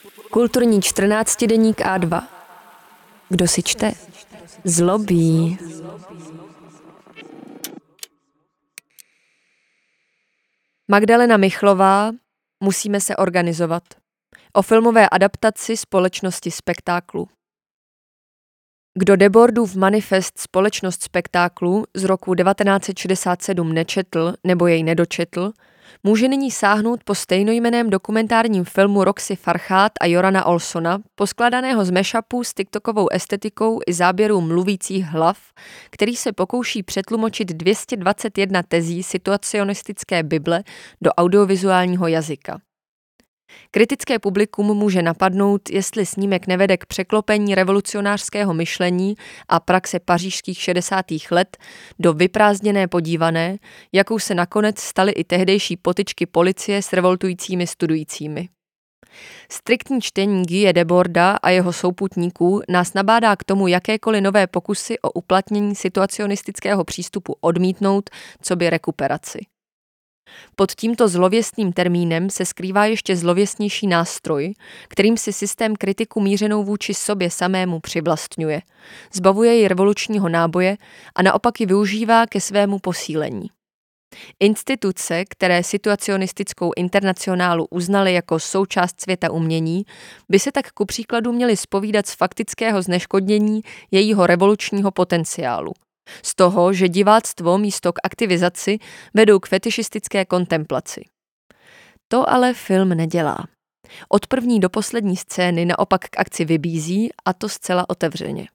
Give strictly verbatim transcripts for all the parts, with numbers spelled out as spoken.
Kulturní čtrnáctidenník A dva. Kdo si čte? Zlobí. Magdalena Michlová, Musíme se organizovat. O filmové adaptaci společnosti spektáklu. Kdo Debordův manifest Společnost spektáklu z roku devatenáct set šedesát sedm nečetl nebo jej nedočetl, může nyní sáhnout po stejnojmenném dokumentárním filmu Roxy Farchát a Jorana Olsona, poskládaného z mashupů s tiktokovou estetikou i záběrů mluvících hlav, který se pokouší přetlumočit dvě stě dvacet jedna tezí situacionistické Bible do audiovizuálního jazyka. Kritické publikum může napadnout, jestli snímek nevede k překlopení revolucionářského myšlení a praxe pařížských šedesátých let do vyprázdněné podívané, jakou se nakonec staly i tehdejší potyčky policie s revoltujícími studujícími. Striktní čtení Guye Deborda a jeho souputníků nás nabádá k tomu jakékoliv nové pokusy o uplatnění situacionistického přístupu odmítnout, coby rekuperaci. Pod tímto zlověstným termínem se skrývá ještě zlověstnější nástroj, kterým si systém kritiku mířenou vůči sobě samému přivlastňuje, zbavuje jej revolučního náboje a naopak ji využívá ke svému posílení. Instituce, které situacionistickou internacionálu uznaly jako součást světa umění, by se tak ku příkladu měly zpovídat z faktického zneškodnění jejího revolučního potenciálu. Z toho, že diváctvo místo k aktivizaci vedou k fetišistické kontemplaci. To ale film nedělá. Od první do poslední scény naopak k akci vybízí, a to zcela otevřeně.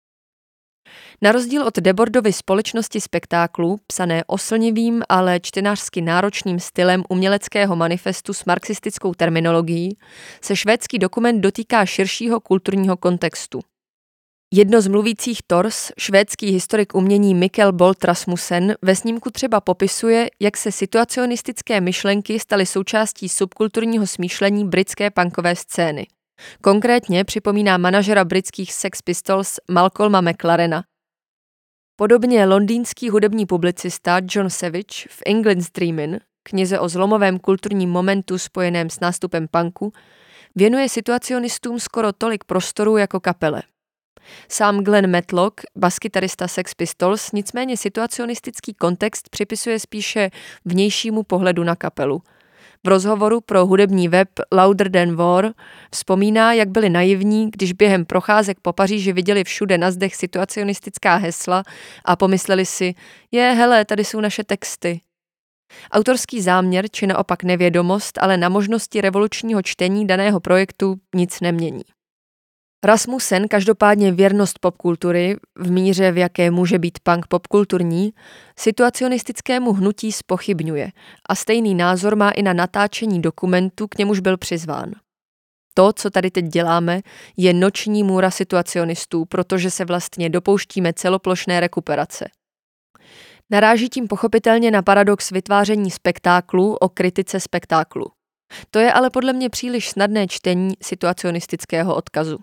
Na rozdíl od Debordovy Společnosti spektáklu, psané oslnivým, ale čtenářsky náročným stylem uměleckého manifestu s marxistickou terminologií, se švédský dokument dotýká širšího kulturního kontextu. Jedno z mluvících tors, švédský historik umění Mikkel Bolt Rasmussen, ve snímku třeba popisuje, jak se situacionistické myšlenky staly součástí subkulturního smýšlení britské punkové scény. Konkrétně připomíná manažera britských Sex Pistols Malcolma McLarena. Podobně londýnský hudební publicista John Savage v England's Dreamin', knize o zlomovém kulturním momentu spojeném s nástupem punku, věnuje situacionistům skoro tolik prostoru jako kapele. Sám Glenn Matlock, baskytarista Sex Pistols, nicméně situacionistický kontext připisuje spíše vnějšímu pohledu na kapelu. V rozhovoru pro hudební web Louder Than War vzpomíná, jak byli naivní, když během procházek po Paříži viděli všude na zdech situacionistická hesla a pomysleli si, je, hele, tady jsou naše texty. Autorský záměr, či naopak nevědomost, ale na možnosti revolučního čtení daného projektu nic nemění. Rasmussen každopádně věrnost popkultury, v míře, v jaké může být punk popkulturní, situacionistickému hnutí zpochybňuje a stejný názor má i na natáčení dokumentu, k němuž byl přizván. To, co tady teď děláme, je noční můra situacionistů, protože se vlastně dopouštíme celoplošné rekuperace. Naráží tím pochopitelně na paradox vytváření spektáklu o kritice spektáklu. To je ale podle mě příliš snadné čtení situacionistického odkazu.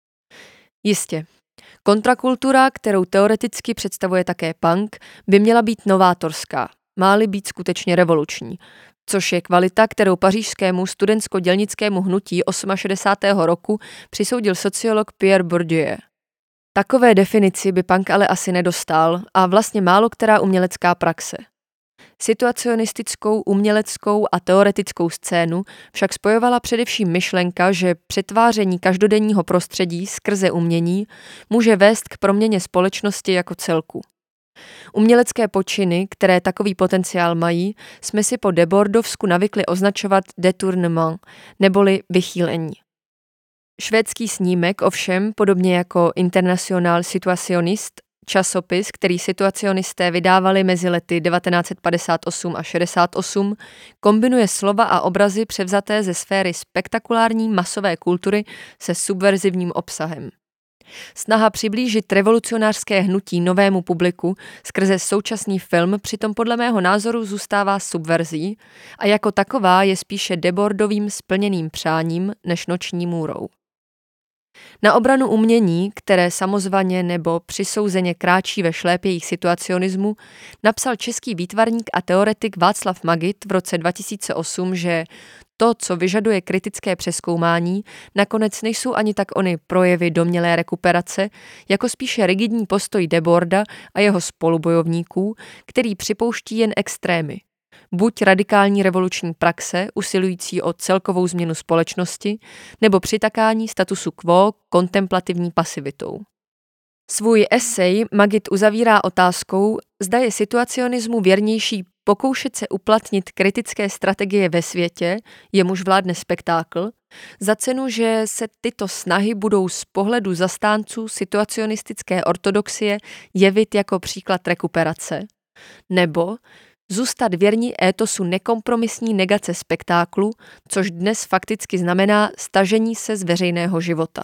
Jistě. Kontrakultura, kterou teoreticky představuje také punk, by měla být novátorská, má-li být skutečně revoluční, což je kvalita, kterou pařížskému studentsko-dělnickému hnutí šedesátého osmého roku přisoudil sociolog Pierre Bourdieu. Takové definici by punk ale asi nedostal a vlastně málo která umělecká praxe. Situacionistickou, uměleckou a teoretickou scénu však spojovala především myšlenka, že přetváření každodenního prostředí skrze umění může vést k proměně společnosti jako celku. Umělecké počiny, které takový potenciál mají, jsme si po Debordovsku navykli označovat détournement, neboli vychýlení. Švédský snímek ovšem, podobně jako International Situationist, časopis, který situacionisté vydávali mezi lety devatenáct set padesát osm a šedesát osm, kombinuje slova a obrazy převzaté ze sféry spektakulární masové kultury se subverzivním obsahem. Snaha přiblížit revolucionářské hnutí novému publiku skrze současný film přitom podle mého názoru zůstává subverzí a jako taková je spíše Debordovým splněným přáním než noční můrou. Na obranu umění, které samozvaně nebo přisouzeně kráčí ve šlépějích situacionismu, napsal český výtvarník a teoretik Václav Magid v roce dva tisíce osm, že to, co vyžaduje kritické přezkoumání, nakonec nejsou ani tak ony projevy domnělé rekuperace, jako spíše rigidní postoj Deborda a jeho spolubojovníků, který připouští jen extrémy. Buď radikální revoluční praxe, usilující o celkovou změnu společnosti, nebo přitakání statusu quo kontemplativní pasivitou. Svůj esej Magid uzavírá otázkou, zda je situacionismu věrnější pokoušet se uplatnit kritické strategie ve světě, jemuž vládne spektákl, za cenu, že se tyto snahy budou z pohledu zastánců situacionistické ortodoxie jevit jako příklad rekuperace, nebo zůstat věrní étosu nekompromisní negace spektáklu, což dnes fakticky znamená stažení se z veřejného života.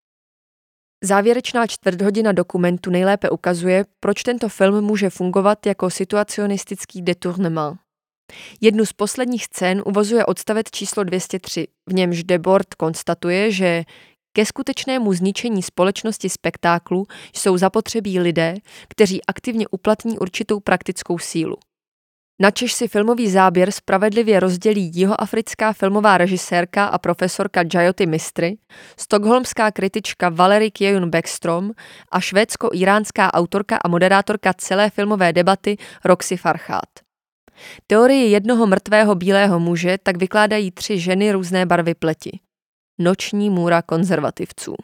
Závěrečná čtvrthodina dokumentu nejlépe ukazuje, proč tento film může fungovat jako situacionistický détournement. Jednu z posledních scén uvozuje odstavec číslo dvě stě tři, v němž Debord konstatuje, že ke skutečnému zničení společnosti spektáklu jsou zapotřebí lidé, kteří aktivně uplatní určitou praktickou sílu. Načež si filmový záběr spravedlivě rozdělí jihoafrická filmová režisérka a profesorka Jayoti Mistry, stockholmská kritička Valerie Kieun Beckstrom a švédsko-iránská autorka a moderátorka celé filmové debaty Roxy Farhad. Teorii jednoho mrtvého bílého muže tak vykládají tři ženy různé barvy pleti. Noční můra konzervativců.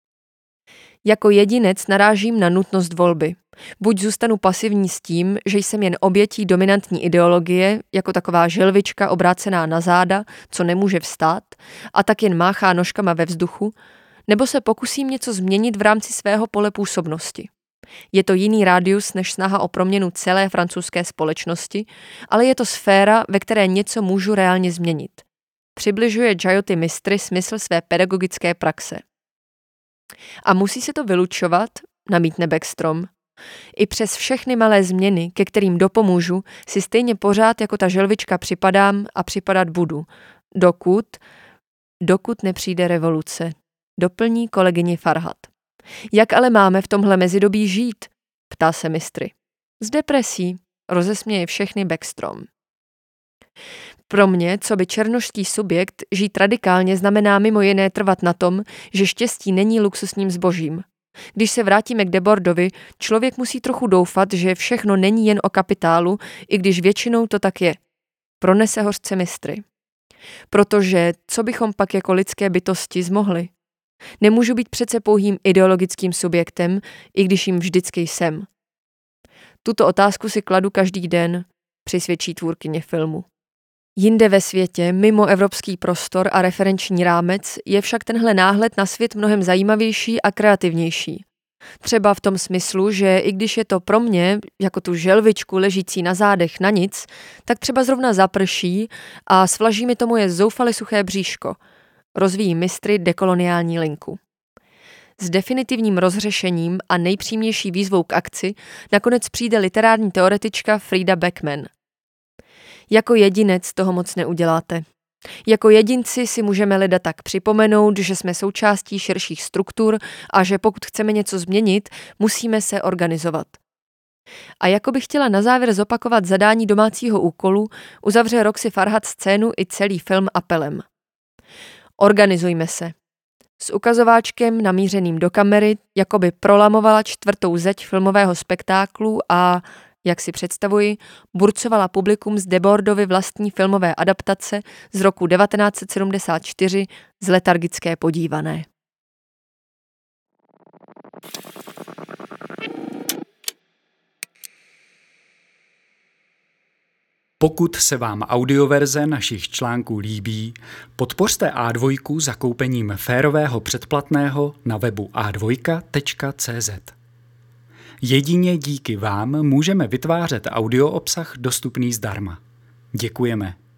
Jako jedinec narážím na nutnost volby. Buď zůstanu pasivní s tím, že jsem jen obětí dominantní ideologie, jako taková želvička obrácená na záda, co nemůže vstát, a tak jen máchá nožkama ve vzduchu, nebo se pokusím něco změnit v rámci svého pole působnosti. Je to jiný rádius než snaha o proměnu celé francouzské společnosti, ale je to sféra, ve které něco můžu reálně změnit. Přibližuje Jayoti Mistry smysl své pedagogické praxe. A musí se to vylučovat, namítne Beckstrom. I přes všechny malé změny, ke kterým dopomůžu, si stejně pořád jako ta želvička připadám a připadat budu, dokud, dokud nepřijde revoluce, doplní kolegyni Farhad. Jak ale máme v tomhle mezidobí žít? Ptá se Mistry. S depresí, rozesměje všechny Beckstrom. Pro mě, co by černošský subjekt, žít radikálně znamená mimo jiné trvat na tom, že štěstí není luxusním zbožím. Když se vrátíme k Debordovi, člověk musí trochu doufat, že všechno není jen o kapitálu, i když většinou to tak je. Pronese hořce Mistry. Protože co bychom pak jako lidské bytosti zmohli? Nemůžu být přece pouhým ideologickým subjektem, i když jim vždycky jsem. Tuto otázku si kladu každý den, přisvědčí tvůrkyně filmu. Jinde ve světě, mimo evropský prostor a referenční rámec, je však tenhle náhled na svět mnohem zajímavější a kreativnější. Třeba v tom smyslu, že i když je to pro mě, jako tu želvičku ležící na zádech na nic, tak třeba zrovna zaprší a svlaží mi to moje zoufale suché bříško. Rozvíjí Mistry dekoloniální linku. S definitivním rozřešením a nejpřímější výzvou k akci nakonec přijde literární teoretička Frida Beckman. Jako jedinec toho moc neuděláte. Jako jedinci si můžeme leda tak připomenout, že jsme součástí širších struktur a že pokud chceme něco změnit, musíme se organizovat. A jako bych chtěla na závěr zopakovat zadání domácího úkolu, uzavře Roxy Farhad scénu i celý film apelem. Organizujme se. S ukazováčkem namířeným do kamery, jako by prolamovala čtvrtou zeď filmového spektáklu a, jak si představuji, burcovala publikum z Debordovy vlastní filmové adaptace z roku devatenáct set sedmdesát čtyři z Letargické podívané. Pokud se vám audioverze našich článků líbí, podpořte á dva zakoupením férového předplatného na webu a dva tečka cé zet. Jedině díky vám můžeme vytvářet audio obsah dostupný zdarma. Děkujeme.